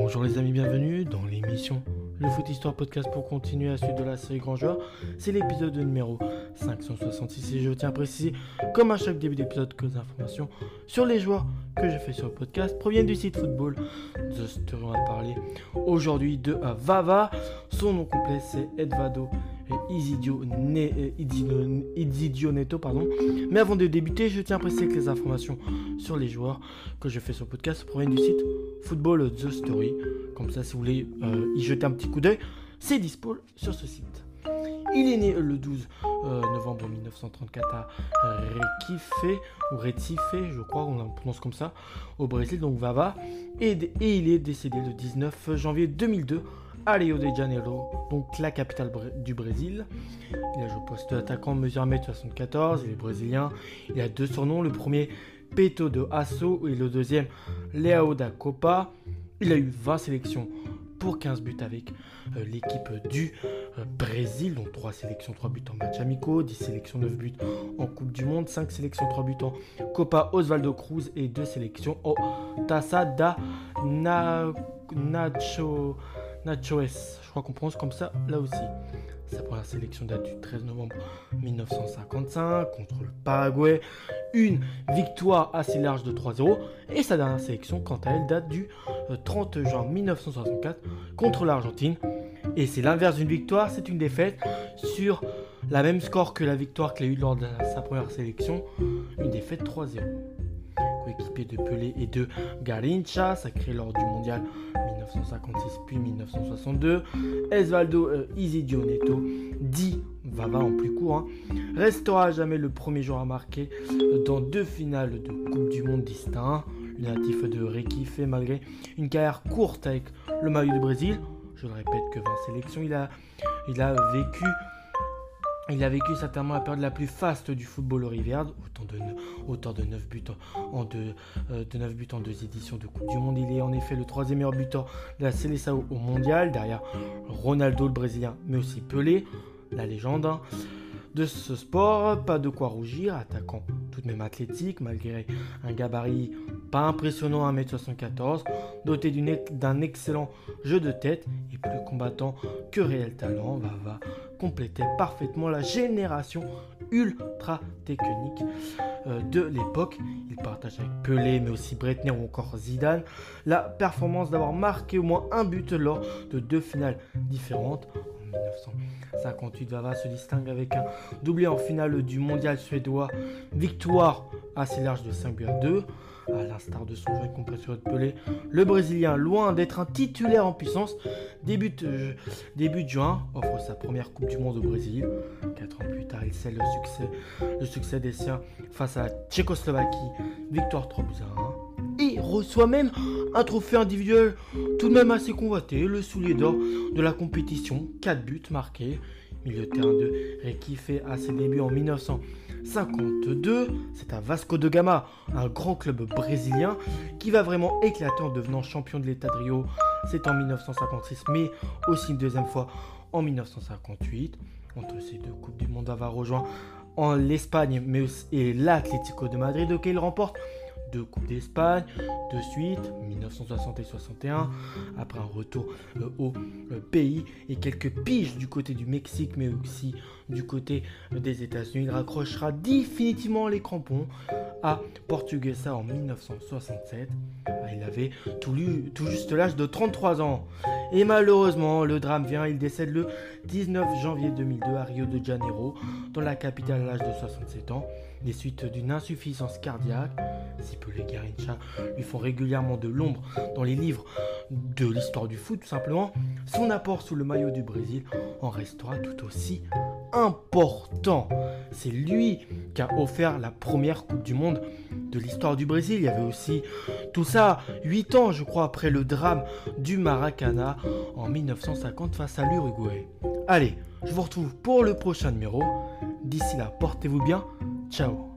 Bonjour les amis, bienvenue dans l'émission Le Foot Histoire Podcast pour continuer à suite de la série Grand Joueur. C'est l'épisode numéro 566 et je tiens à préciser, comme à chaque début d'épisode, que les informations sur les joueurs que j'ai fait sur le podcast proviennent du site Football The Story. On va parler aujourd'hui de Vava. Son nom complet c'est Edvaldo Iziddio Neto. Mais avant de débuter, je tiens à préciser que les informations sur les joueurs que je fais sur le podcast proviennent du site Football The Story. Comme ça, si vous voulez y jeter un petit coup d'œil, c'est dispo sur ce site. Il est né le 12 novembre 1934 à Recife, je crois, on le prononce comme ça, au Brésil, donc Vava. Et il est décédé le 19 janvier 2002 à Rio de Janeiro, donc la capitale du Brésil. Il a joué au poste d'attaquant, mesure 1m74, il est brésilien. Il a deux surnoms, le premier Peto de Aço et le deuxième Leão da Copa. Il a eu 20 sélections pour 15 buts avec l'équipe du Brésil, donc 3 sélections, 3 buts en match amicaux, 10 sélections, 9 buts en Coupe du Monde, 5 sélections, 3 buts en Copa Osvaldo Cruz et 2 sélections au Taça da Nações, je crois qu'on prononce comme ça là aussi. Sa première sélection date du 13 novembre 1955 contre le Paraguay, une victoire assez large de 3-0, et sa dernière sélection quant à elle date du 30 juin 1964 contre l'Argentine, et c'est l'inverse d'une victoire, c'est une défaite sur la même score que la victoire qu'il a eue lors de sa première sélection, une défaite 3-0. Coéquipier de Pelé et de Garrincha, sacré lors du mondial 1956 puis 1962, Edvaldo Iziddio Neto, dit Vava en plus court, restera à jamais le premier joueur à marquer dans 2 finales de Coupe du Monde distinctes. Le natif de Recife, malgré une carrière courte avec le maillot du Brésil, je le répète que 20 sélections, il a vécu certainement la période la plus faste du football riverde, autant de 9 buts en 2 éditions de Coupe du Monde. Il est en effet le 3e meilleur buteur de la Seleção au mondial, derrière Ronaldo le Brésilien, mais aussi Pelé, la légende de ce sport. Pas de quoi rougir, attaquant tout de même athlétique, malgré un gabarit pas impressionnant à 1m74, doté d'un excellent jeu de tête et plus combattant que réel talent. Vava complétait parfaitement la génération ultra technique de l'époque. Il partage avec Pelé, mais aussi Breitner ou encore Zidane la performance d'avoir marqué au moins un but lors de 2 finales différentes. En 1958, Vava se distingue avec un doublé en finale du mondial suédois, victoire assez large de 5-2. À l'instar de son jeune compatriote Pelé, le Brésilien, loin d'être un titulaire en puissance, début de juin, offre sa première Coupe du Monde au Brésil. 4 ans plus tard, il scelle le succès des siens face à la Tchécoslovaquie, victoire 3-1. Et reçoit même un trophée individuel tout de même assez convoité, le soulier d'or de la compétition, 4 buts marqués. Milieu de terrain de Recife à ses débuts en 1952, c'est à Vasco da Gama, un grand club brésilien, qui va vraiment éclater en devenant champion de l'État de Rio. C'est en 1956, mais aussi une deuxième fois en 1958. Entre ces 2 Coupes du Monde, Vava rejoint l'Espagne et l'Atlético de Madrid, auquel il remporte 2 Coupes d'Espagne de suite, 1960 et 61, après un retour au pays et quelques piges du côté du Mexique, mais aussi du côté des États-Unis. Il raccrochera définitivement les crampons à Portuguesa en 1967. Il avait tout juste l'âge de 33 ans. Et malheureusement, le drame vient, il décède le 19 janvier 2002 à Rio de Janeiro, dans la capitale à l'âge de 67 ans, des suites d'une insuffisance cardiaque. Si Pelé et Garrincha lui font régulièrement de l'ombre dans les livres de l'histoire du foot, tout simplement, son apport sous le maillot du Brésil en restera tout aussi important. C'est lui qui a offert la première Coupe du Monde de l'histoire du Brésil. Il y avait aussi tout ça 8 ans, je crois, après le drame du Maracana en 1950 face à l'Uruguay. Allez, je vous retrouve pour le prochain numéro. D'ici là, portez-vous bien. Ciao.